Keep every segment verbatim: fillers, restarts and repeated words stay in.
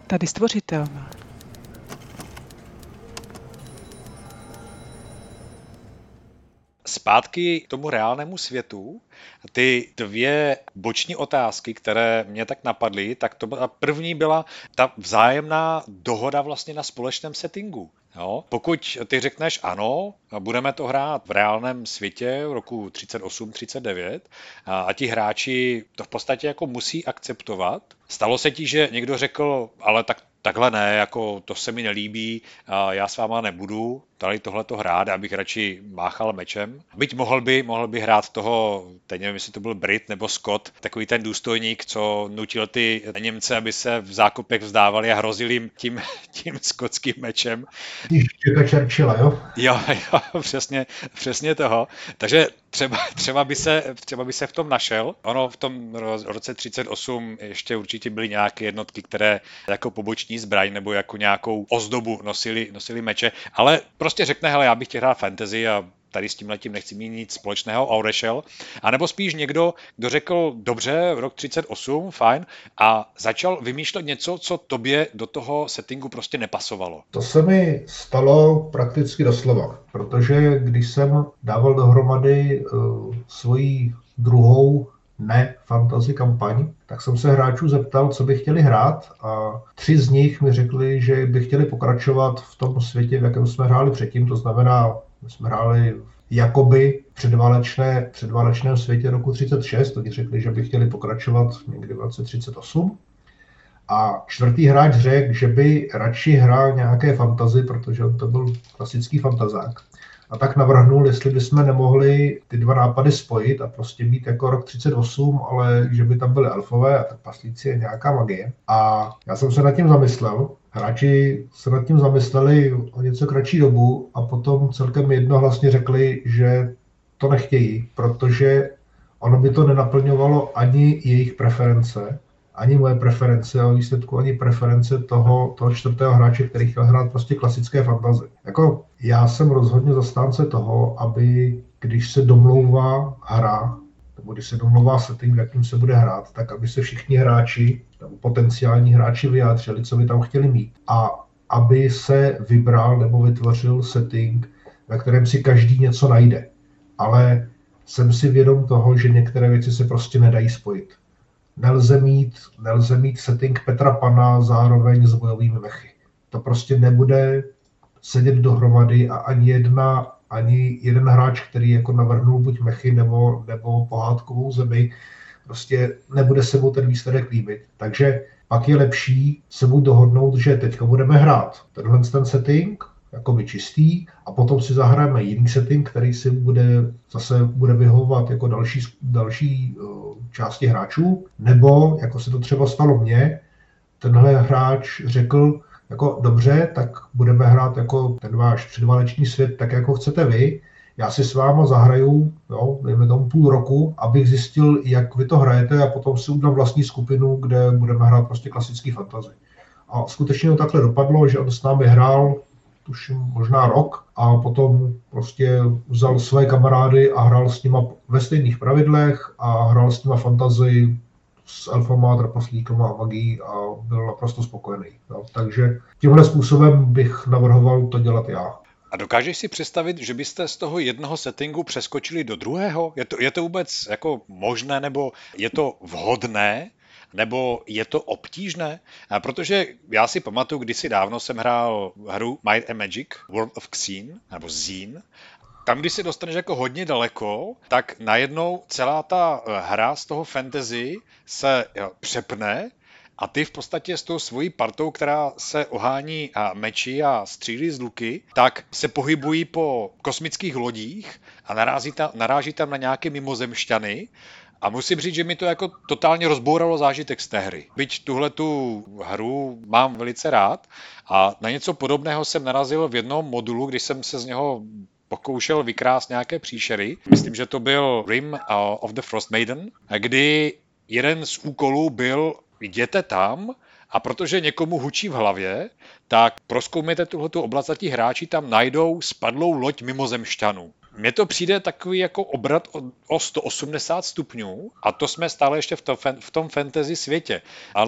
tady stvořitelná. Zpátky k tomu reálnému světu, ty dvě boční otázky, které mě tak napadly, tak to byla, první byla ta vzájemná dohoda vlastně na společném settingu. Jo? Pokud ty řekneš ano, budeme to hrát v reálném světě v roku třicet osm třicet devět a, a ti hráči to v podstatě jako musí akceptovat. Stalo se ti, že někdo řekl, ale tak takhle ne, jako to se mi nelíbí, a já s váma nebudu tady tohleto hrát, abych radši máchal mečem. Byť mohl by, mohl by hrát toho, teď nevím, jestli to byl Brit nebo Scott, takový ten důstojník, co nutil ty Němce, aby se v zákopech vzdávali a hrozil jim tím, tím skotským mečem. Čeka Churchilla, jo? Jo, jo, přesně, přesně toho. Takže třeba, třeba, by se, třeba by se v tom našel. Ono v tom roce třicet osm ještě určitě byly nějaké jednotky, které jako poboční zbraň nebo jako nějakou ozdobu nosili, nosili meče, ale prostě řekne, hele, já bych chtěl hrát fantasy a tady s tímhletím nechci mít nic společného a odešel. A nebo spíš někdo, kdo řekl, dobře, rok třicet osm, fajn, a začal vymýšlet něco, co tobě do toho settingu prostě nepasovalo. To se mi stalo prakticky doslova, protože když jsem dával dohromady uh, svoji druhou ne fantasy kampaň, tak jsem se hráčů zeptal, co by chtěli hrát, a tři z nich mi řekli, že by chtěli pokračovat v tom světě, v jakém jsme hráli předtím, to znamená, my jsme hráli jakoby předválečné, předválečném světě roku třicet šest, oni řekli, že by chtěli pokračovat někdy v roce třicet osm. A čtvrtý hráč řekl, že by radši hrál nějaké fantasy, protože on to byl klasický fantazák. A tak navrhnul, jestli bychom nemohli ty dva nápady spojit a prostě mít jako rok třicet osm, ale že by tam byly elfové a tak paslíci je nějaká magie. A já jsem se nad tím zamyslel. Hráči se nad tím zamysleli o něco kratší dobu a potom celkem jednohlasně řekli, že to nechtějí, protože ono by to nenaplňovalo ani jejich preference, ani moje preference, a výsledku ani preference toho, toho čtvrtého hráče, který chtěl hrát prostě klasické fantasy. Jako já jsem rozhodně zastánce toho, aby když se domlouvá hra, nebo když se domlouvá setting, v jakým se bude hrát, tak aby se všichni hráči, nebo potenciální hráči vyjádřili, co by tam chtěli mít. A aby se vybral nebo vytvořil setting, ve kterém si každý něco najde. Ale jsem si vědom toho, že některé věci se prostě nedají spojit. Nelze mít, nelze mít setting Petra Pana zároveň s bojovými mechy. To prostě nebude sedět dohromady a ani jedna, ani jeden hráč, který jako navrhnul buď mechy nebo, nebo pohádkovou zemi, prostě nebude se mu ten výsledek líbit. Takže pak je lepší se mu dohodnout, že teďka budeme hrát tenhle ten setting, jakoby čistý, a potom si zahrajeme jiný setting, který si bude zase bude vyhovovat jako další, další uh, části hráčů, nebo, jako se to třeba stalo mně, tenhle hráč řekl, jako dobře, tak budeme hrát jako ten váš předváleční svět tak, jako chcete vy, já si s váma zahraju, jo, dejme tomu půl roku, abych zjistil, jak vy to hrajete, a potom si udělám vlastní skupinu, kde budeme hrát prostě klasický fantasy. A skutečně to takhle dopadlo, že on s námi hrál tuším možná rok a potom prostě vzal své kamarády a hrál s nima ve stejných pravidlech a hrál s nima fantasy s elfama, trpaslíkama a magií a byl naprosto spokojený. No, takže tímhle způsobem bych navrhoval to dělat já. A dokážeš si představit, že byste z toho jednoho settingu přeskočili do druhého? Je to, je to vůbec jako možné, nebo je to vhodné? Nebo je to obtížné? A protože já si pamatuju, kdysi dávno jsem hrál hru Might and Magic, World of Xeen, nebo Xeen. Tam, když si dostaneš jako hodně daleko, tak najednou celá ta hra z toho fantasy se přepne a ty v podstatě s tou svojí partou, která se ohání a meči a střílí z luky, tak se pohybují po kosmických lodích a naráží tam, naráží tam na nějaké mimozemšťany. A musím říct, že mi to jako totálně rozbouralo zážitek z té hry. Byť tuhletu hru mám velice rád a na něco podobného jsem narazil v jednom modulu, když jsem se z něho pokoušel vykrást nějaké příšery. Myslím, že to byl Rim of the Frost Maiden, kdy jeden z úkolů byl jděte tam a protože někomu hučí v hlavě, tak prozkoumejte tuhletu oblast a ti hráči tam najdou spadlou loď mimozemšťanů. Mně to přijde takový jako obrat o, o sto osmdesát stupňů a to jsme stále ještě v tom, v tom fantasy světě. Ale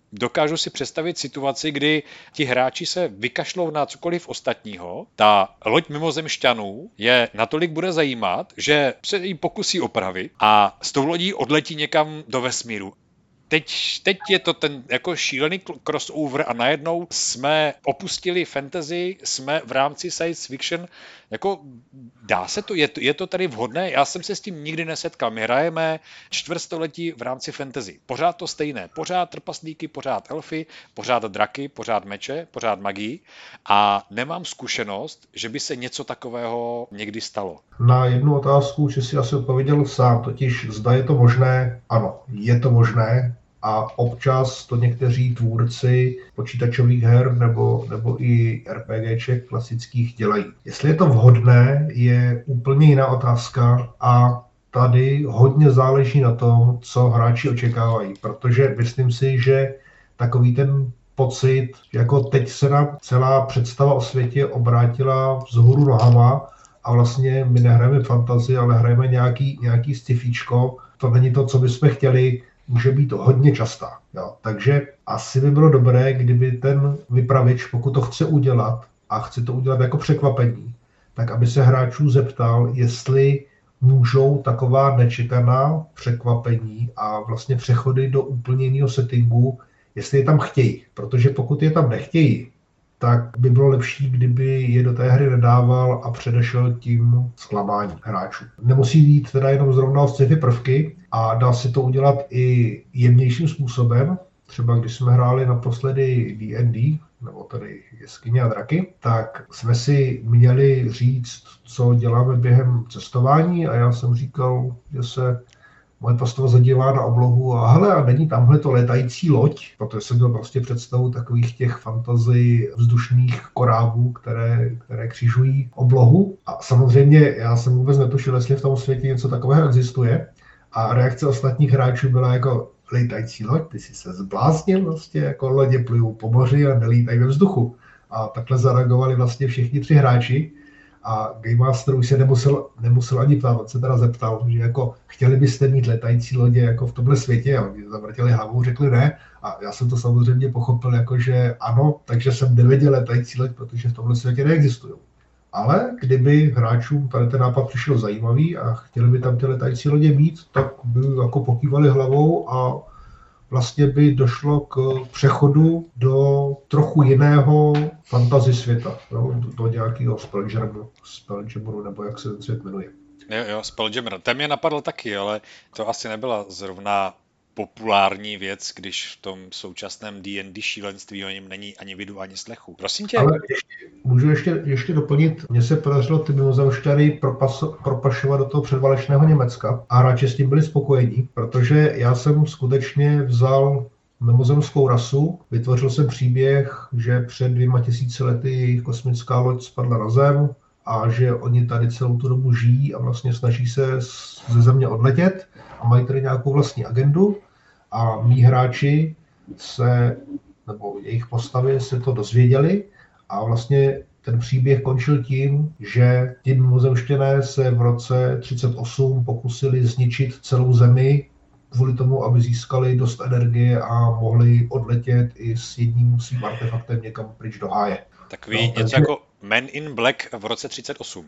dokážu si představit situaci, kdy ti hráči se vykašlou na cokoliv ostatního, ta loď mimozemšťanů je natolik bude zajímat, že se ji pokusí opravit a s tou lodí odletí někam do vesmíru. Teď, teď je to ten jako šílený crossover a najednou jsme opustili fantasy, jsme v rámci science fiction. Jako dá se to, je to, je to tady vhodné? Já jsem se s tím nikdy nesetkal. My hrajeme čtvrtstoletí v rámci fantasy. Pořád to stejné. Pořád trpaslíky, pořád elfy, pořád draky, pořád meče, pořád magii. A nemám zkušenost, že by se něco takového někdy stalo. Na jednu otázku, že si asi odpověděl sám, totiž zda je to možné. Ano, je to možné. A občas to někteří tvůrci počítačových her nebo, nebo i RPGček klasických dělají. Jestli je to vhodné, je úplně jiná otázka a tady hodně záleží na tom, co hráči očekávají, protože myslím si, že takový ten pocit, jako teď se nám celá představa o světě obrátila vzhůru nohama a vlastně my nehrajeme fantasy, ale hrajeme nějaký, nějaký sci-fíčko, to není to, co bychom chtěli, může být hodně častá. Jo. Takže asi by bylo dobré, kdyby ten vypravěč, pokud to chce udělat a chce to udělat jako překvapení, tak aby se hráčů zeptal, jestli můžou taková nečekaná překvapení a vlastně přechody do úplně jiného settingu, jestli je tam chtějí. Protože pokud je tam nechtějí, tak by bylo lepší, kdyby je do té hry nedával a předešel tím zklamáním hráčů. Nemusí jít teda jenom zrovna o sci-fi prvky a dá se to udělat i jemnějším způsobem. Třeba když jsme hráli naposledy D and D, nebo tady Jeskyně a draky, tak jsme si měli říct, co děláme během cestování a já jsem říkal, že se moje postava zadívá na oblohu a hele, a není tamhle to létající loď, protože jsem měl prostě představu takových těch fantasy vzdušných korábů, které, které křižují oblohu. A samozřejmě já jsem vůbec netušil, jestli v tom světě něco takového existuje. A reakce ostatních hráčů byla jako létající loď, ty si se zbláznil, vlastně jako lodě plujou po moři a nelítají ve vzduchu. A takhle zareagovali vlastně všichni tři hráči. A Game Master už se nemusel, nemusel ani ptát, on se teda zeptal, že jako chtěli byste mít letající lodě jako v tomhle světě, a oni zavrtěli hlavou, řekli ne. A já jsem to samozřejmě pochopil jako, že ano, takže jsem nevěděl letající loď, protože v tomhle světě neexistují. Ale kdyby hráčům tady ten nápad přišel zajímavý a chtěli by tam ty letající lodě mít, tak by jako pokývali hlavou a vlastně by došlo k přechodu do trochu jiného fantasy světa, no, do, do nějakého Spelljammeru, Spelljammeru, nebo jak se ten svět jmenuje. Jo, jo, Spelljammer. Ten mě napadl taky, ale to asi nebyla zrovna populární věc, když v tom současném D and D šílenství o něm není ani vidu, ani slechu. Prosím tě. Ale ještě, můžu ještě, ještě doplnit, mně se podařilo ty mimozemšťany propašovat do toho předválečného Německa a hráči s tím byli spokojení, protože já jsem skutečně vzal mimozemskou rasu, vytvořil jsem příběh, že před dvěma tisíci lety jejich kosmická loď spadla na Zem a že oni tady celou tu dobu žijí a vlastně snaží se ze Země odletět a mají tady nějakou vlastní agendu a mí hráči se, nebo jejich postavy se to dozvěděli a vlastně ten příběh končil tím, že ti mimozemšťané se v roce třicet osm pokusili zničit celou Zemi kvůli tomu, aby získali dost energie a mohli odletět i s jedním svým artefaktem někam pryč do háje. Takový no, něco takže jako Men in Black v roce třicet osm.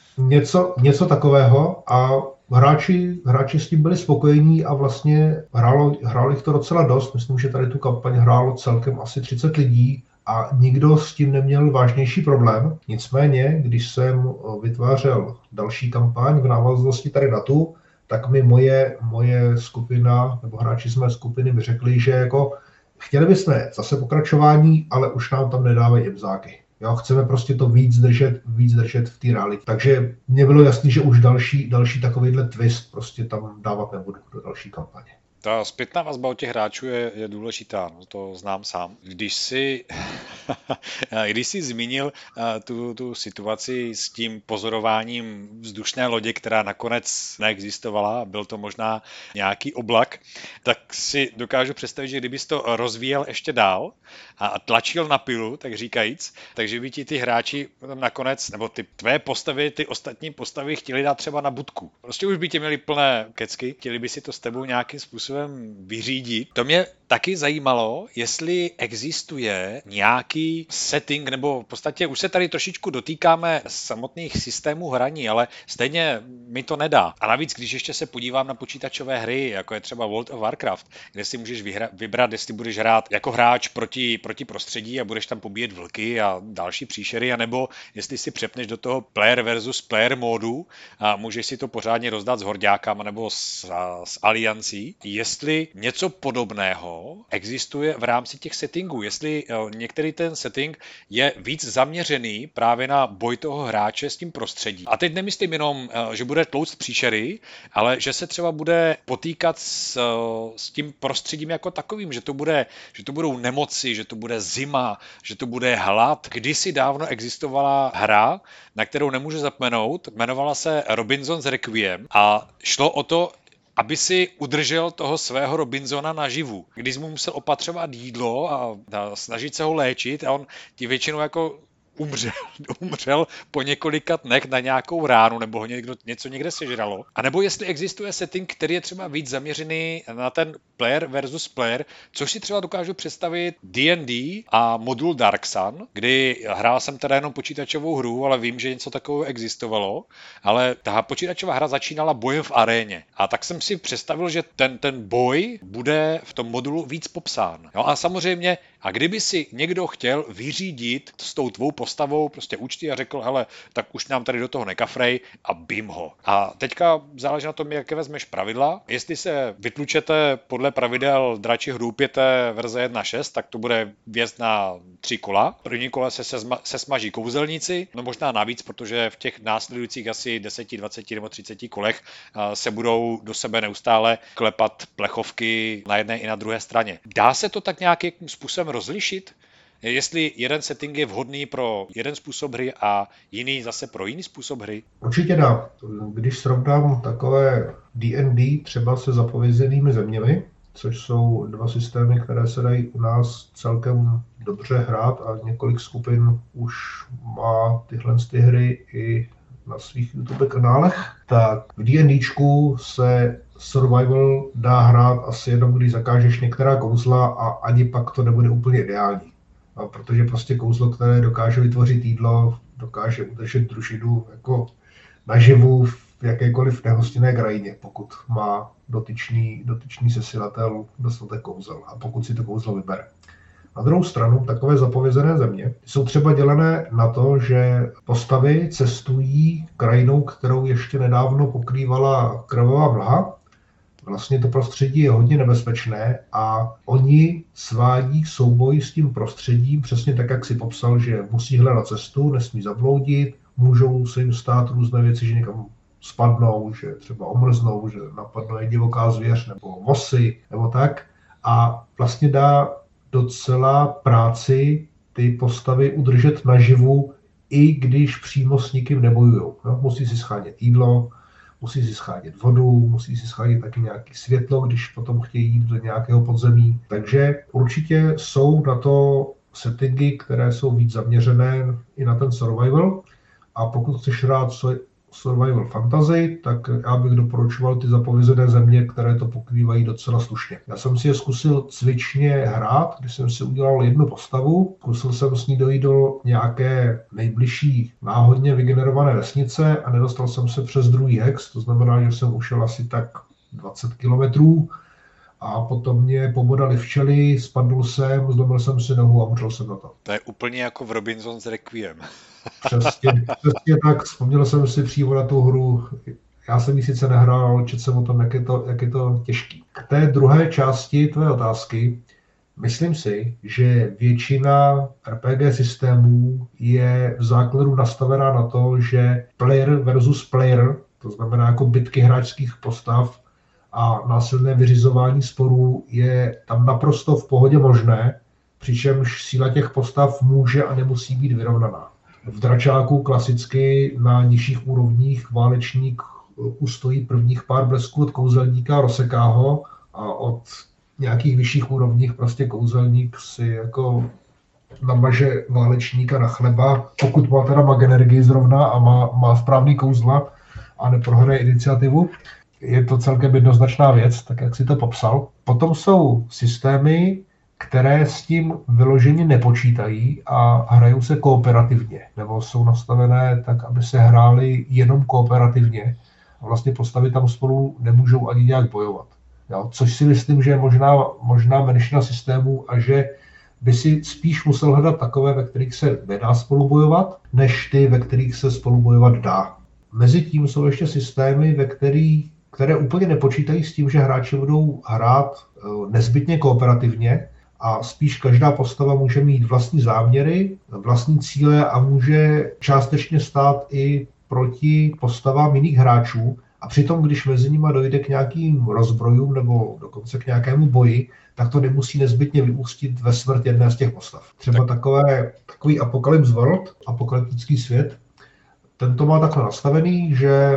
Něco, něco takového a hráči, hráči s tím byli spokojení a vlastně hrálo, hrálo jich to docela dost. Myslím, že tady tu kampaň hrálo celkem asi třicet lidí a nikdo s tím neměl vážnější problém. Nicméně, když jsem vytvářel další kampaň v návaznosti tady na tu, tak mi moje, moje skupina, nebo hráči z mé skupiny mi řekli, že jako chtěli bychom zase pokračování, ale už nám tam nedávají imzáky. Jo, chceme prostě to víc držet, víc držet v té realitě. Takže mně bylo jasný, že už další, další takovýhle twist prostě tam dávat nebudu do další kampaně. Ta zpětná vazba od těch hráčů je, je důležitá, no to znám sám. Když jsi, když jsi zmínil tu, tu situaci s tím pozorováním vzdušné lodě, která nakonec neexistovala, byl to možná nějaký oblak, tak si dokážu představit, že kdybys to rozvíjel ještě dál a tlačil na pilu, tak říkajíc, takže by ti ty hráči nakonec, nebo ty tvé postavy, ty ostatní postavy chtěli dát třeba na budku. Prostě už by tě měli plné kecky, chtěli by si to s tebou nějakým způsobem vyřídit. To mě taky zajímalo, jestli existuje nějaký setting, nebo v podstatě už se tady trošičku dotýkáme samotných systémů hraní, ale stejně mi to nedá. A navíc, když ještě se podívám na počítačové hry, jako je třeba World of Warcraft, kde si můžeš vyhra- vybrat, jestli budeš hrát jako hráč proti, proti prostředí a budeš tam pobíjet vlky a další příšery, anebo jestli si přepneš do toho player versus player módu a můžeš si to pořádně rozdat s horďákama nebo s, a, s aliancí. Jestli něco podobného existuje v rámci těch settingů, jestli uh, některý ten setting je víc zaměřený právě na boj toho hráče s tím prostředí. A teď nemyslím jenom, uh, že bude tlouct příšery, ale že se třeba bude potýkat s, uh, s tím prostředím jako takovým, že to bude, že to budou nemoci, že to bude zima, že to bude hlad. Kdysi dávno existovala hra, na kterou nemůžu zapomenout, jmenovala se Robinson's Requiem a šlo o to, aby si udržel toho svého Robinsona naživu. Když mu musel opatřovat jídlo a, a snažit se ho léčit a on ti většinou jako umřel, umřel po několika dnech na nějakou ránu, nebo ho někdo, něco někde sežralo. A nebo jestli existuje setting, který je třeba víc zaměřený na ten player versus player, což si třeba dokážu představit D and D a modul Dark Sun, kdy hrál jsem teda jenom počítačovou hru, ale vím, že něco takového existovalo, ale ta počítačová hra začínala bojem v aréně. A tak jsem si představil, že ten, ten boj bude v tom modulu víc popsán. No a samozřejmě, a kdyby si někdo chtěl vyřídit s tou tvou postavou prostě účty a řekl, hele, tak už nám tady do toho nekafrej a bim ho. A teďka záleží na tom, jaké vezmeš pravidla. Jestli se vytlučete podle pravidel dračí hroupěte verze jedna šest, tak to bude vjezd na tři kola. První kole se, sezma, se smaží kouzelníci, no možná navíc, protože v těch následujících asi deset, dvacet nebo třicet kolech se budou do sebe neustále klepat plechovky na jedné i na druhé straně. Dá se to tak nějakým způsobem rozlišit? Jestli jeden setting je vhodný pro jeden způsob hry a jiný zase pro jiný způsob hry? Určitě dá. Když srovnám takové D and D třeba se zapovězenými zeměmi, což jsou dva systémy, které se dají u nás celkem dobře hrát a několik skupin už má tyhle ty hry i na svých YouTube kanálech, tak v D&Dčku se survival dá hrát asi jenom, když zakážeš některá kouzla a ani pak to nebude úplně ideální. A protože prostě kouzlo, které dokáže vytvořit jídlo, dokáže udržet družinu jako naživu v jakékoliv nehostinné krajině, pokud má dotyčný, dotyčný sesilatel dostatek kouzel a pokud si to kouzlo vybere. Na druhou stranu, takové zapovězené země jsou třeba dělené na to, že postavy cestují krajinou, kterou ještě nedávno pokrývala krvavá mlha. Vlastně to prostředí je hodně nebezpečné a oni svádí souboj s tím prostředím přesně tak, jak si popsal, že musí hledat cestu, nesmí zabloudit, můžou se jim stát různé věci, že někam spadnou, že třeba omrznou, že napadne divoká zvěř nebo mosy nebo tak. A vlastně dá docela práci ty postavy udržet naživu, i když přímo s nikým nebojujou. No, musí si schánět jídlo, musí si schánět vodu, musí si schánět taky nějaké světlo, když potom chtějí jít do nějakého podzemí. Takže určitě jsou na to settingy, které jsou víc zaměřené i na ten survival. A pokud chceš hrát survival fantasy, tak já bych doporučoval ty zapovězené země, které to pokrývají docela slušně. Já jsem si je zkusil cvičně hrát, když jsem si udělal jednu postavu, zkusil jsem s ní dojít do nějaké nejbližší náhodně vygenerované vesnice a nedostal jsem se přes druhý hex, to znamená, že jsem ušel asi tak dvacet kilometrů a potom mě pobodali včely, spadl jsem, zlomil jsem si nohu a umřel jsem na to. To je úplně jako v Robinson's Requiem. Přesně, přesně tak, vzpomněl jsem si přímo na tu hru. Já jsem ji sice nehrál, ale četl jsem o tom, jak je to, jak je to těžký. K té druhé části tvé otázky, myslím si, že většina R P G systémů je v základu nastavená na to, že player versus player, to znamená jako bitky hráčských postav a násilné vyřizování sporů je tam naprosto v pohodě možné, přičemž síla těch postav může a nemusí být vyrovnaná. V dračáku klasicky na nižších úrovních válečník ustojí prvních pár blesků od kouzelníka, rozseká ho a od nějakých vyšších úrovních prostě kouzelník si jako namaže válečníka na chleba, pokud má teda mag energii zrovna a má, má správný kouzla a neprohraje iniciativu. je to celkem jednoznačná věc, tak jak si to popsal. Potom jsou systémy, které s tím vyloženě nepočítají a hrajou se kooperativně, nebo jsou nastavené tak, aby se hrály jenom kooperativně a vlastně postavy tam spolu nemůžou ani nějak bojovat. Jo? Což si myslím, že je možná, možná menšina systémů a že by si spíš musel hledat takové, ve kterých se nedá spolu bojovat, než ty, ve kterých se spolu bojovat dá. Mezitím jsou ještě systémy, ve kterých, které úplně nepočítají s tím, že hráči budou hrát nezbytně kooperativně a spíš každá postava může mít vlastní záměry, vlastní cíle a může částečně stát i proti postavám jiných hráčů. A přitom, když mezi nimi dojde k nějakým rozbrojům nebo dokonce k nějakému boji, tak to nemusí nezbytně vyústit ve smrt jedné z těch postav. Třeba takové, takový Apocalypse World, apokalyptický svět, ten to má takhle nastavený, že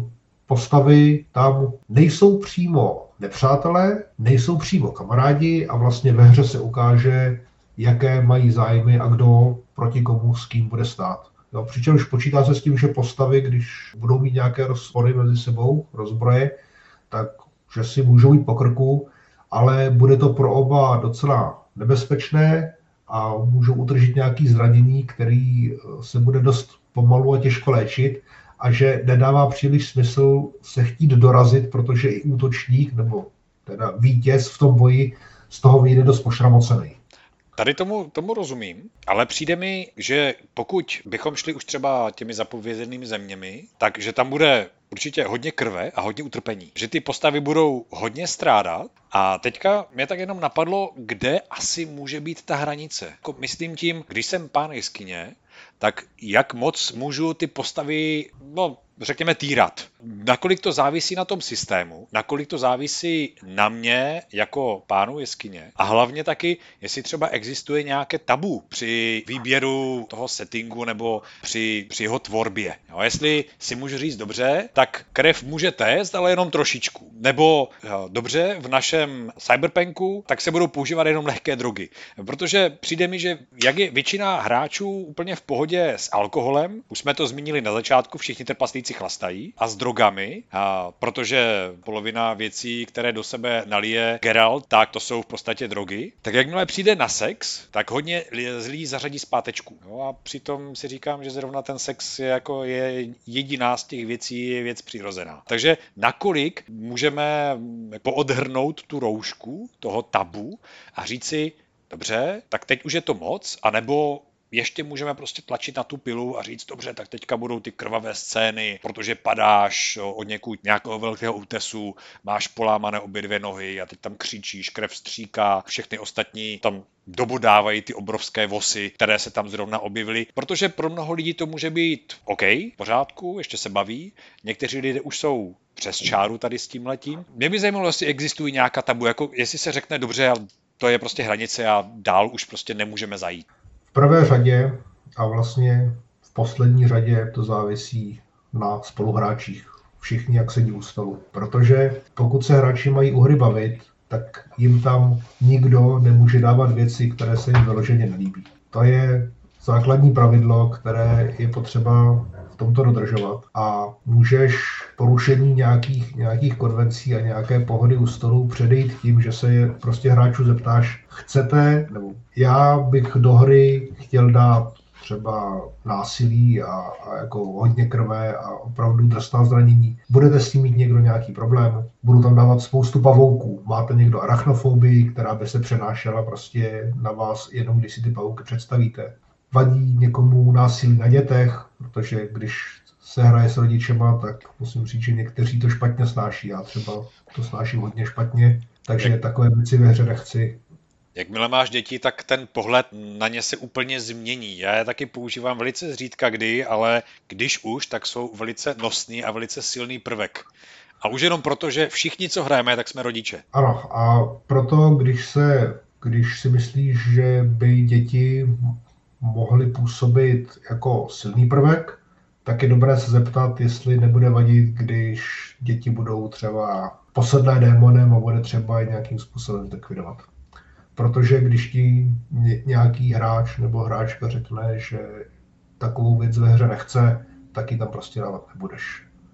postavy tam nejsou přímo nepřátelé, nejsou přímo kamarádi a vlastně ve hře se ukáže, jaké mají zájmy a kdo proti komu s kým bude stát. Jo, přičemž počítá se s tím, že postavy, když budou mít nějaké rozpory mezi sebou, rozbroje, tak že si můžou jít po krku, ale bude to pro oba docela nebezpečné a můžou utržit nějaké zranění, který se bude dost pomalu a těžko léčit a že nedává příliš smysl se chtít dorazit, protože i útočník nebo teda vítěz v tom boji z toho vyjde dost pošramocený. Tady tomu, tomu rozumím, ale přijde mi, že pokud bychom šli už třeba těmi zapovězenými zeměmi, takže tam bude určitě hodně krve a hodně utrpení. Že ty postavy budou hodně strádat a teďka mě tak jenom napadlo, kde asi může být ta hranice. Jako myslím tím, když jsem pán jeskyně, tak jak moc můžu ty postavy, no řekněme, týrat. Nakolik to závisí na tom systému, nakolik to závisí na mě jako pánu jeskyně a hlavně taky, jestli třeba existuje nějaké tabu při výběru toho settingu nebo při, při jeho tvorbě. Jo, jestli si můžu říct dobře, tak krev může téct, ale jenom trošičku. Nebo jo, dobře, v našem cyberpunku tak se budou používat jenom lehké drogy. Protože přijde mi, že jak je většina hráčů úplně v pohodě s alkoholem, už jsme to zmínili na začátku, všichni trpaslíci chlastají a s drogami, a protože polovina věcí, které do sebe nalije Geralt, tak to jsou v podstatě drogy. Tak jakmile přijde na sex, tak hodně zlý zařadí zpátečku. No a přitom si říkám, že zrovna ten sex je jako je jediná z těch věcí, je věc přirozená. Takže nakolik můžeme poodhrnout tu roušku toho tabu a říct si, dobře, tak teď už je to moc, anebo ještě můžeme prostě tlačit na tu pilu a říct, dobře, tak teďka budou ty krvavé scény, protože padáš od někud nějakého velkého útesu, máš polámané obě dvě nohy a teď tam křičíš, krev stříká, všechny ostatní tam dobodávají ty obrovské vosy, které se tam zrovna objevily, protože pro mnoho lidí to může být OK, v pořádku, ještě se baví, někteří lidé už jsou přes čáru tady s tímhletím. Mě by zajímalo, jestli existují nějaká tabu, jako jestli se řekne, dobře, to je prostě hranice a dál už prostě nemůžeme zajít. V prvé řadě a vlastně v poslední řadě to závisí na spoluhráčích. Všichni, jak sedí u stolu. Protože pokud se hráči mají u hry bavit, tak jim tam nikdo nemůže dávat věci, které se jim vyloženě nelíbí. To je základní pravidlo, které je potřeba v tomto dodržovat. A můžeš porušení nějakých, nějakých konvencí a nějaké pohody u stolu předejít tím, že se je prostě hráčů zeptáš, chcete, nebo já bych do hry chtěl dát třeba násilí a, a jako hodně krve a opravdu drsná zranění. Budete s tím mít někdo nějaký problém? Budu tam dávat spoustu pavouků. Máte někdo arachnofobii, která by se přenášela prostě na vás, jenom když si ty pavouky představíte? Vadí někomu násilí na dětech, protože když se hraje s rodičema, tak musím říct, že někteří to špatně snáší. Já třeba to snáším hodně špatně, takže Jak... takové věci ve hře nechci. Jakmile máš děti, tak ten pohled na ně se úplně změní. Já je taky používám velice zřídka kdy, ale když už, tak jsou velice nosný a velice silný prvek. A už jenom proto, že všichni, co hrajeme, tak jsme rodiče. Ano, a proto, když, se, když si myslíš, že by děti mohly působit jako silný prvek, tak je dobré se zeptat, jestli nebude vadit, když děti budou třeba posedlé démonem a bude třeba nějakým způsobem zlikvidovat. Protože když ti nějaký hráč nebo hráčka řekne, že takovou věc ve hře nechce, tak ji tam prostě dávat nebudeš.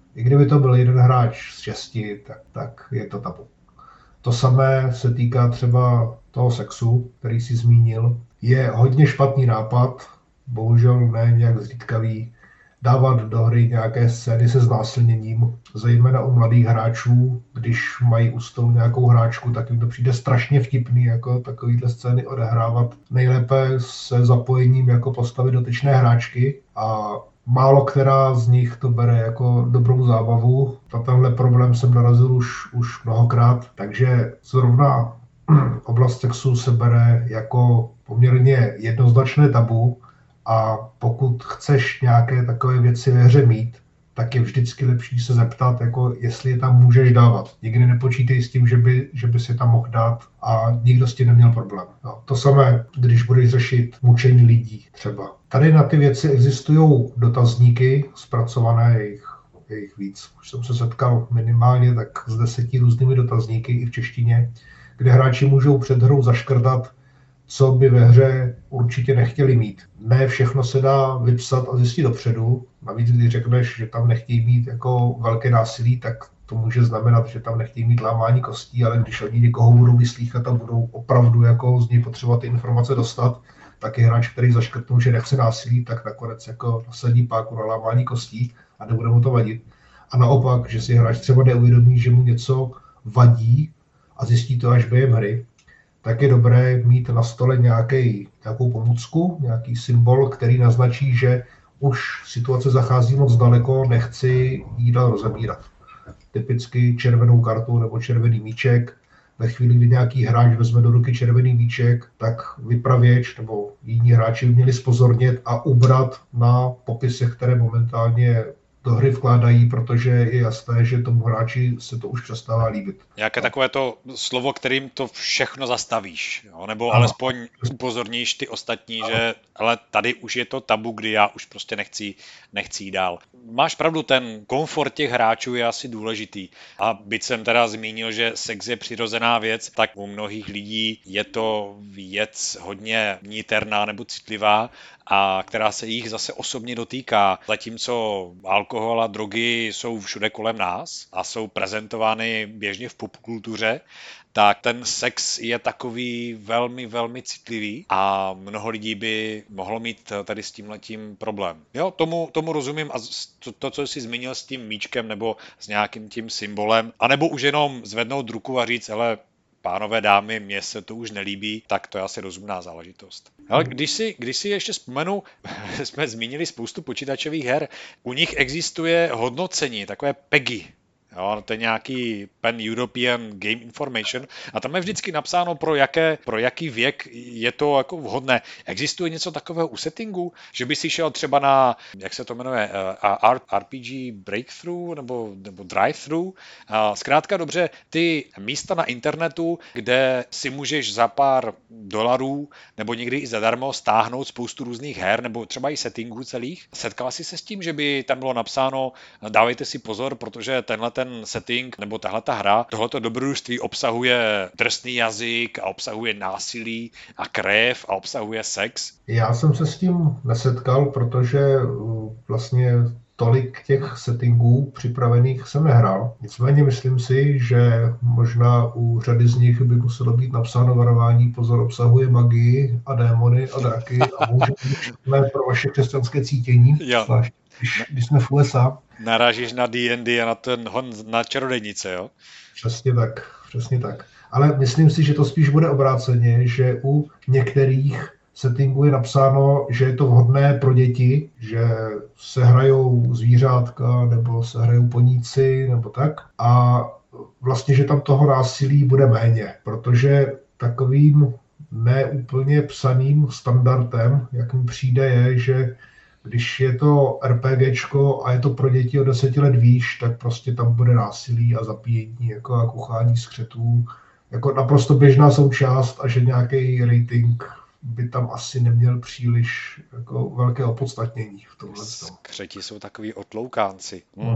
I kdyby to byl jeden hráč z šesti, tak, tak je to tabu. To samé se týká třeba toho sexu, který jsi zmínil. Je hodně špatný nápad, bohužel ne nějak zřídkavý, dávat do hry nějaké scény se znásilněním, zejména u mladých hráčů, když mají u stolu nějakou hráčku, tak jim to přijde strašně vtipný, jako takovýhle scény odehrávat. Nejlépe se zapojením jako postavy dotyčné hráčky a málo která z nich to bere jako dobrou zábavu. Na tenhle problém jsem narazil už, už mnohokrát, takže zrovna oblast sexu se bere jako poměrně jednoznačné tabu a pokud chceš nějaké takové věci ve hře mít, tak je vždycky lepší se zeptat, jako jestli je tam můžeš dávat. Nikdy nepočítej s tím, že by, že by si tam mohl dát a nikdo s tím neměl problém. No, to samé, když budeš řešit mučení lidí třeba. Tady na ty věci existují dotazníky, zpracované jejich, jejich víc. Už jsem se setkal minimálně tak s deseti různými dotazníky i v češtině, kde hráči můžou před hrou zaškrtat, co by ve hře určitě nechtěli mít. Ne všechno se dá vypsat a zjistit dopředu. Navíc, když řekneš, že tam nechtějí mít jako velké násilí, tak to může znamenat, že tam nechtějí mít lámání kostí, ale když oni někoho budou vyslýchat a budou opravdu jako z něj potřebovat ty informace dostat, tak je hráč, který zaškrtnul, že nechce násilí, tak nakonec jako nasadí páku na lámání kostí a nebude mu to vadit. A naopak, že si hráč třeba neuvědomí, že mu něco vadí a zjistí to až během hry, tak je dobré mít na stole nějaký, nějakou pomůcku, nějaký symbol, který naznačí, že už situace zachází moc daleko, nechci jí dál rozebírat. Typicky červenou kartu nebo červený míček. Ve chvíli, kdy nějaký hráč vezme do ruky červený míček, tak vypravěč nebo jiní hráči by měli zpozornět a ubrat na popisech, které momentálně do hry vkládají, protože je jasné, že tomu hráči se to už přestává líbit. Jaké takové to slovo, kterým to všechno zastavíš, jo? Nebo ano. Alespoň upozorníš ty ostatní, ano. Že ale tady už je to tabu, kdy já už prostě nechci, nechci jít dál. Máš pravdu, ten komfort těch hráčů je asi důležitý. A byť jsem teda zmínil, že sex je přirozená věc, tak u mnohých lidí je to věc hodně niterná nebo citlivá, a která se jich zase osobně dotýká. Zatímco alkohol a drogy jsou všude kolem nás a jsou prezentovány běžně v popkultuře, tak ten sex je takový velmi, velmi citlivý a mnoho lidí by mohlo mít tady s tímhletím problém. Jo, tomu, tomu rozumím a to, to, co jsi zmínil s tím míčkem nebo s nějakým tím symbolem, anebo už jenom zvednout ruku a říct, hele, pánové, dámy, mně se to už nelíbí, tak to je asi rozumná záležitost. Ale když si, když si ještě vzpomenu, jsme zmínili spoustu počítačových her, u nich existuje hodnocení, takové PEGI. Jo, to je nějaký Pan European Game Information a tam je vždycky napsáno, pro, jaké, pro jaký věk je to jako vhodné. Existuje něco takového u settingu, že by si šel třeba na, jak se to jmenuje, uh, R P G Breakthrough nebo, nebo Drive-through. Uh, zkrátka dobře, ty místa na internetu, kde si můžeš za pár dolarů nebo někdy i zadarmo stáhnout spoustu různých her nebo třeba i settingů celých. Setkala jsi se s tím, že by tam bylo napsáno, dávejte si pozor, protože tenhle ten setting nebo tahle ta hra, tohleto dobrodružství obsahuje drsný jazyk a obsahuje násilí a krev a obsahuje sex? Já jsem se s tím nesetkal, protože vlastně tolik těch settingů připravených jsem nehrál. Nicméně myslím si, že možná u řady z nich by muselo být napsáno varování, pozor, obsahuje magii a démony a draky a může být pro vaše křesťanské cítění, zvlášť když, když jsme v U S A. Narážíš na D and D a na ten hon na čarodejnice, jo? Přesně tak, přesně tak. Ale myslím si, že to spíš bude obráceně, že u některých settingů je napsáno, že je to vhodné pro děti, že se hrajou zvířátka nebo se hrajou poníci nebo tak. A vlastně, že tam toho násilí bude méně, protože takovým neúplně psaným standardem, jak mi přijde, je, že když je to RPGčko a je to pro děti od deseti let výš, tak prostě tam bude násilí a zapíjení jako a kuchání skřetů jako naprosto běžná součást a že nějaký rating by tam asi neměl příliš jako velké opodstatnění v tomhle. Skřeti jsou takový otloukánci. Hmm. No.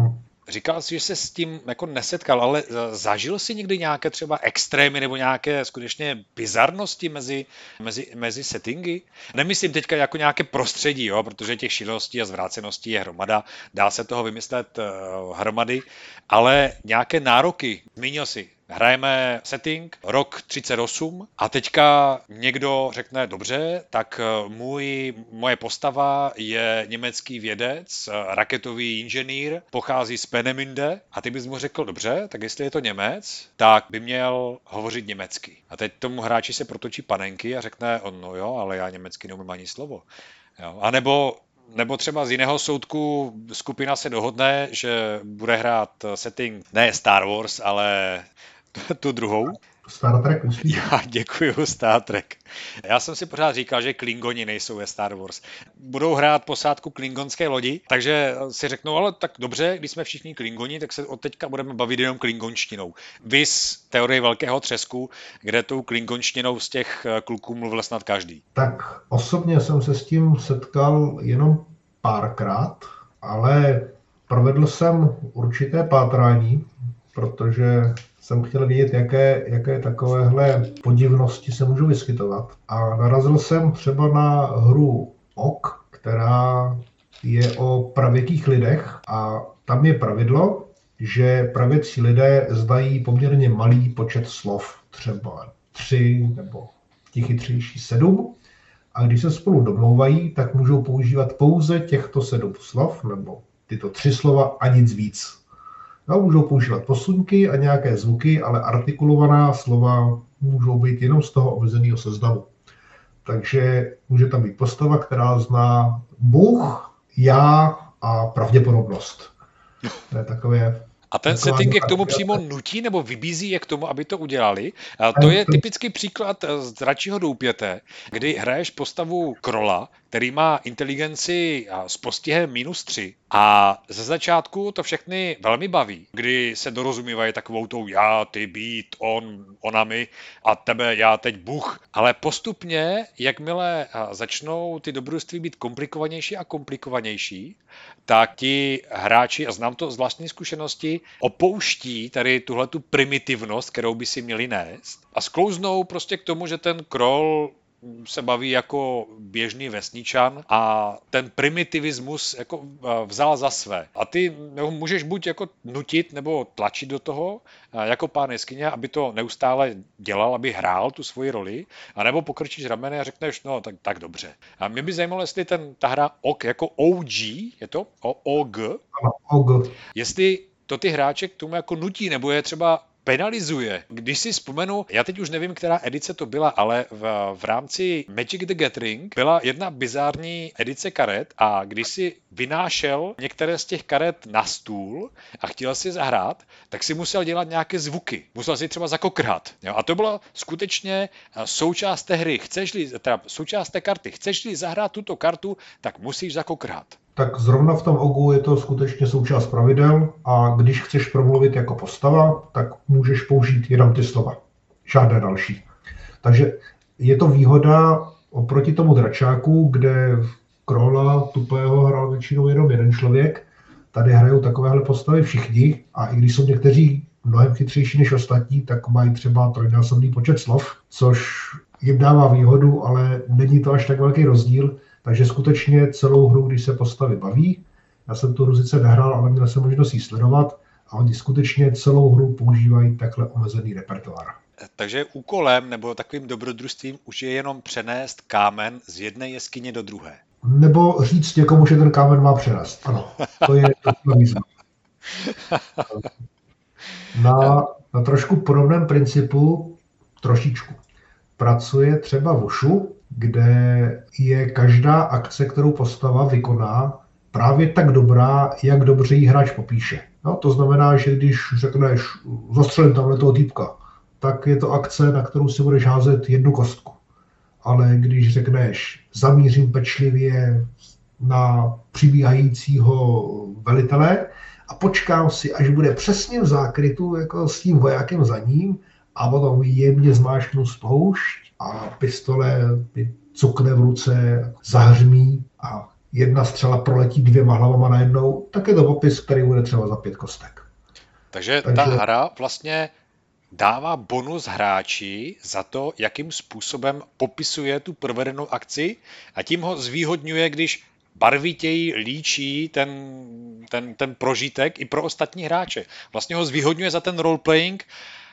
Říkal jsi, že se s tím jako nesetkal, ale zažil jsi někdy nějaké třeba extrémy nebo nějaké skutečně bizarnosti mezi, mezi, mezi settingy? Nemyslím teďka jako nějaké prostředí, jo, protože těch šíleností a zvráceností je hromada, dá se toho vymyslet uh, hromady, ale nějaké nároky, zmínil jsi, hrajeme setting, rok třicet osm a teďka někdo řekne, dobře, tak můj, moje postava je německý vědec, raketový inženýr, pochází z Peenemünde a ty bys mu řekl, dobře, tak jestli je to Němec, tak by měl hovořit německy. A teď tomu hráči se protočí panenky a řekne, on, no jo, ale já německy neumím ani slovo. Jo. A nebo Nebo třeba z jiného soudku skupina se dohodne, že bude hrát setting ne Star Wars, ale tu druhou. Star Trek, myslíš? Já děkuju, Star Trek. Já jsem si pořád říkal, že Klingoni nejsou ve Star Wars. Budou hrát posádku klingonské lodi, takže si řeknou, ale tak dobře, když jsme všichni Klingoni, tak se od teďka budeme bavit jenom klingonštinou. Vys teorie velkého třesku, kde tou klingonštinou z těch kluků mluvil snad každý. Tak osobně jsem se s tím setkal jenom párkrát, ale provedl jsem určité pátrání, protože jsem chtěl vědět, jaké, jaké takovéhle podivnosti se můžou vyskytovat. A narazil jsem třeba na hru Ok, která je o pravěkých lidech a tam je pravidlo, že pravěcí lidé znají poměrně malý počet slov, třeba tři nebo ti chytřejší sedm. A když se spolu domlouvají, tak můžou používat pouze těchto sedm slov nebo tyto tři slova a nic víc. No, můžou používat posunky a nějaké zvuky, ale artikulovaná slova můžou být jenom z toho omezeného seznamu. Takže může tam být postava, která zná Bůh, já a pravděpodobnost. To je takové... A ten setting je k tomu přímo nutí nebo vybízí je k tomu, aby to udělali. A to je typický příklad z Dračího doupěte, kdy hraješ postavu Krola, který má inteligenci s postihem minus tři. A ze začátku to všechny velmi baví, kdy se dorozumívají takovou tou já, ty, být, on, ona my a tebe, já, teď Bůh. Ale postupně, jakmile začnou ty dobrodružství být komplikovanější a komplikovanější, tak ti hráči, a znám to z vlastní zkušenosti, opouští tady tuhletu primitivnost, kterou by si měli nést a sklouznou prostě k tomu, že ten Kroll se baví jako běžný vesničan a ten primitivismus jako vzal za své. A ty můžeš buď jako nutit nebo tlačit do toho jako pán jeskyně, aby to neustále dělal, aby hrál tu svoji roli, anebo pokrčíš rameny a řekneš, no tak, tak dobře. A mě by zajímalo, jestli ten, ta hra O G, jako O G, je to? O, OG? O G. Jestli to ty hráče k tomu jako nutí, nebo je třeba penalizuje. Když si vzpomenu, já teď už nevím, která edice to byla, ale v, v rámci Magic the Gathering byla jedna bizární edice karet a když si vynášel některé z těch karet na stůl a chtěl si zahrát, tak si musel dělat nějaké zvuky. Musel si třeba zakokrhat. Jo? A to byla skutečně součást té hry. Chceš-li, teda součást té karty. Chceš-li zahrát tuto kartu, tak musíš zakokrhat. Tak zrovna v tom O G U je to skutečně součást pravidel a když chceš promluvit jako postava, tak můžeš použít jenom ty slova. Žádné další. Takže je to výhoda oproti tomu dračáku, kde Krola tupého hrál většinou jenom jeden člověk. Tady hrajou takovéhle postavy všichni a i když jsou někteří mnohem chytřejší než ostatní, tak mají třeba trojnásobný počet slov, což jim dává výhodu, ale není to až tak velký rozdíl. Takže skutečně celou hru, když se postavy baví, já jsem tu hru sice nehrál, ale měl jsem možnost jí sledovat a oni skutečně celou hru používají takhle omezený repertoár. Takže úkolem nebo takovým dobrodružstvím už je jenom přenést kámen z jedné jeskyně do druhé. Nebo říct někomu, že ten kámen má přenést. Ano, to je to výzva. Na, na trošku podobném principu, trošičku, pracuje třeba Wushu, kde je každá akce, kterou postava vykoná, právě tak dobrá, jak dobře jí hráč popíše. No, to znamená, že když řekneš zastřelím tamhle toho týpka, tak je to akce, na kterou si budeš házet jednu kostku. Ale když řekneš zamířím pečlivě na přibíhajícího velitele a počkám si, až bude přesně v zákrytu jako s tím vojákem za ním a potom jemně zmáčknu spoušť a pistole cukne v ruce, zahřmí a jedna střela proletí dvěma hlavama najednou, tak je to popis, který bude třeba za pět kostek. Takže, Takže ta hra vlastně dává bonus hráči za to, jakým způsobem popisuje tu provedenou akci a tím ho zvýhodňuje, když barvitěji líčí ten, ten, ten prožitek i pro ostatní hráče. Vlastně ho zvýhodňuje za ten roleplaying.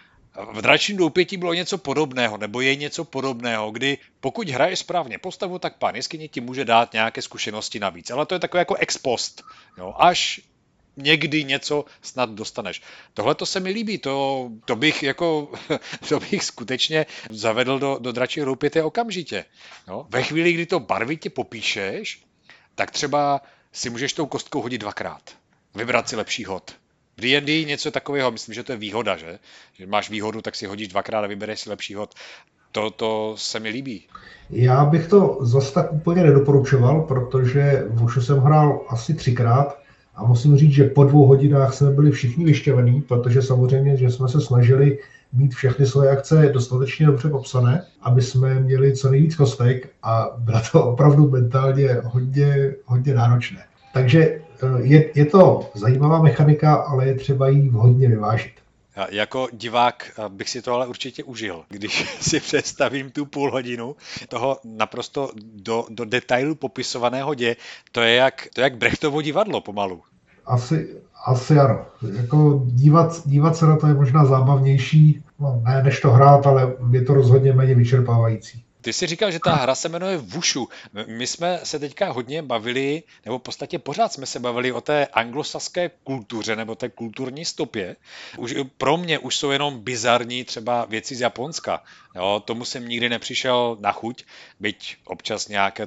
V Dračím doupětí bylo něco podobného, nebo je něco podobného, kdy pokud hraješ správně postavu, tak pán jeskyně ti může dát nějaké zkušenosti navíc. Ale to je takové jako ex post. Jo, až někdy něco snad dostaneš. Tohle to se mi líbí, to, to, bych jako, to bych skutečně zavedl do, do Dračího doupěte okamžitě. Jo? Ve chvíli, kdy to barvitě popíšeš, tak třeba si můžeš tou kostkou hodit dvakrát. Vybrat si lepší hod. V D and D něco takového, myslím, že to je výhoda, že? Že máš výhodu, tak si hodíš dvakrát a vybereš si lepší hod. To, to se mi líbí. Já bych to zase tak úplně nedoporučoval, protože už jsem hrál asi třikrát a musím říct, že po dvou hodinách jsme byli všichni vyšťavení, protože samozřejmě, že jsme se snažili mít všechny svoje akce dostatečně dobře popsané, aby jsme měli co nejvíc kostek a bylo to opravdu mentálně hodně, hodně náročné. Takže je, je to zajímavá mechanika, ale je třeba ji vhodně vyvážit. Já jako divák bych si to ale určitě užil, když si představím tu půl hodinu toho naprosto do, do detailu popisovaného děje. To je jak, to je jak Brechtovo divadlo pomalu. Asi, asi ano. Jako dívat, dívat se na to je možná zábavnější, no, ne než to hrát, ale je to rozhodně méně vyčerpávající. Ty jsi říkal, že ta hra se jmenuje Wushu. My jsme se teďka hodně bavili, nebo v podstatě pořád jsme se bavili o té anglosaské kultuře, nebo té kulturní stopě. Už pro mě už jsou jenom bizarní třeba věci z Japonska. Jo, tomu jsem nikdy nepřišel na chuť, byť občas nějaké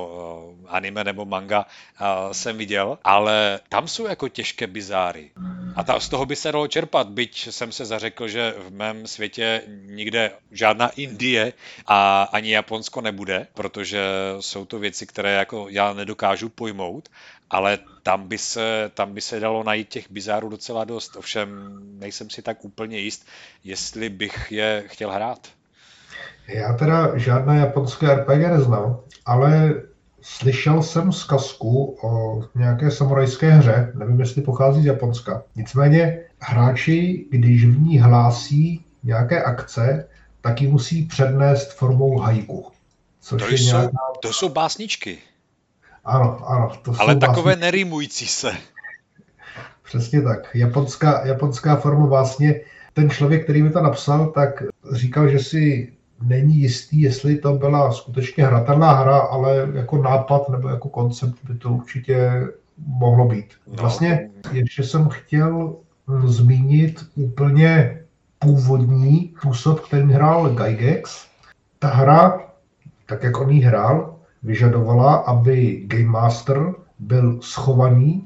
to anime nebo manga jsem viděl, ale tam jsou jako těžké bizáry. A ta, z toho by se dalo čerpat, byť jsem se zařekl, že v mém světě nikde žádná Indie a ani Japonsko nebude, protože jsou to věci, které jako já nedokážu pojmout, ale tam by se, tam by se dalo najít těch bizárů docela dost. Ovšem nejsem si tak úplně jist, jestli bych je chtěl hrát. Já teda žádné japonské R P G neznám, ale slyšel jsem zkazku o nějaké samurajské hře, nevím, jestli pochází z Japonska. Nicméně hráči, když v ní hlásí nějaké akce, tak ji musí přednést formou haiku. Což To je jsou, nějaká... to jsou básničky, Ano, ano. To ale jsou takové básničky. nerýmující se. Přesně tak. Japonská, japonská forma básně. Ten člověk, který mi to napsal, tak říkal, že si není jistý, jestli to byla skutečně hratelná hra, ale jako nápad nebo jako koncept by to určitě mohlo být. Vlastně ještě jsem chtěl zmínit úplně původní způsob, kterým hrál Gygax. Ta hra, tak jak on ji hrál, vyžadovala, aby Game Master byl schovaný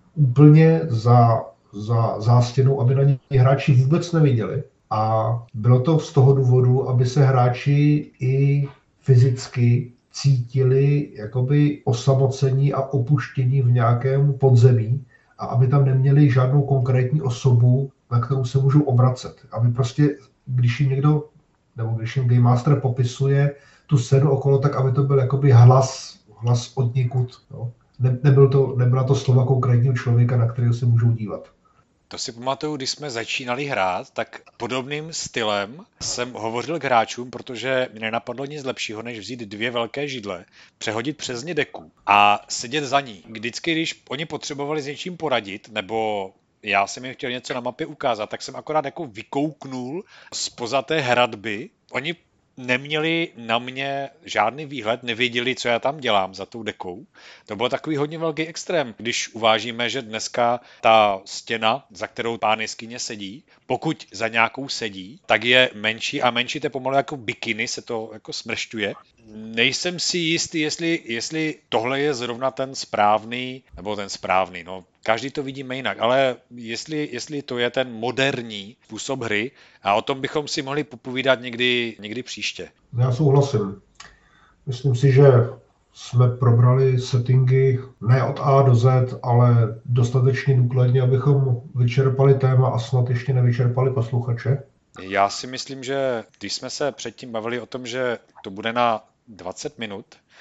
úplně za, za zástěnou, aby na něj hráči vůbec neviděli. A bylo to z toho důvodu, aby se hráči i fyzicky cítili jakoby osamocení a opuštění v nějakém podzemí a aby tam neměli žádnou konkrétní osobu, na kterou se můžou obracet. Aby prostě, když jim někdo, nebo když jim Game Master popisuje tu scénu okolo, tak aby to byl jakoby hlas, hlas od někud. No. Ne, nebyl to, nebyla to slova konkrétního člověka, na kterého se můžou dívat. To si pamatuju, když jsme začínali hrát, tak podobným stylem jsem hovořil k hráčům, protože mi nenapadlo nic lepšího, než vzít dvě velké židle, přehodit přes ně deku a sedět za ní. Vždycky, když oni potřebovali s něčím poradit, nebo já jsem jim chtěl něco na mapě ukázat, tak jsem akorát jako vykouknul zpoza té hradby. Oni neměli na mě žádný výhled, nevěděli, co já tam dělám za tou dekou. To byl takový hodně velký extrém, když uvážíme, že dneska ta stěna, za kterou pán jeskyně sedí, pokud za nějakou sedí, tak je menší a menší, to je pomalu jako bikiny, se to jako smršťuje. Nejsem si jistý, jestli, jestli tohle je zrovna ten správný, nebo ten správný, no každý to vidíme jinak, ale jestli, jestli to je ten moderní způsob hry, a o tom bychom si mohli popovídat někdy, někdy příště. Já souhlasím. Myslím si, že jsme probrali settingy ne od A do Z, ale dostatečně důkladně, abychom vyčerpali téma a snad ještě nevyčerpali posluchače. Já si myslím, že když jsme se předtím bavili o tom, že to bude na dvacet minut,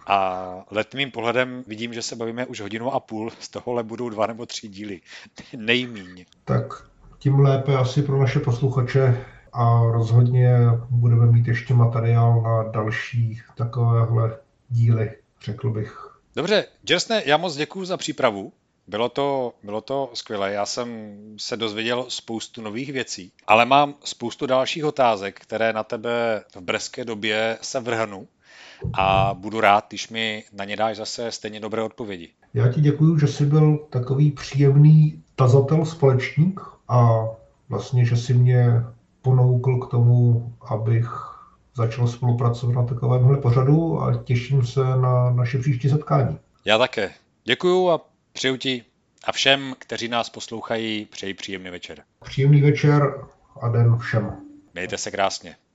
A letmým pohledem vidím, že se bavíme už hodinu a půl, z tohohle budou dva nebo tři díly. Nejmíň. Tak tím lépe asi pro naše posluchače a rozhodně budeme mít ještě materiál na další takovéhle díly, řekl bych. Dobře, Jersne, já moc děkuju za přípravu. Bylo to, bylo to skvělé, já jsem se dozvěděl spoustu nových věcí, ale mám spoustu dalších otázek, které na tebe v brzké době se vrhnu a budu rád, když mi na ně dáš zase stejně dobré odpovědi. Já ti děkuju, že jsi byl takový příjemný tazatel, společník a vlastně, že jsi mě ponoukl k tomu, abych začal spolupracovat na takovémhle pořadu a těším se na naše příští setkání. Já také. Děkuju a přeju ti a všem, kteří nás poslouchají, přeji příjemný večer. Příjemný večer a den všem. Mějte se krásně.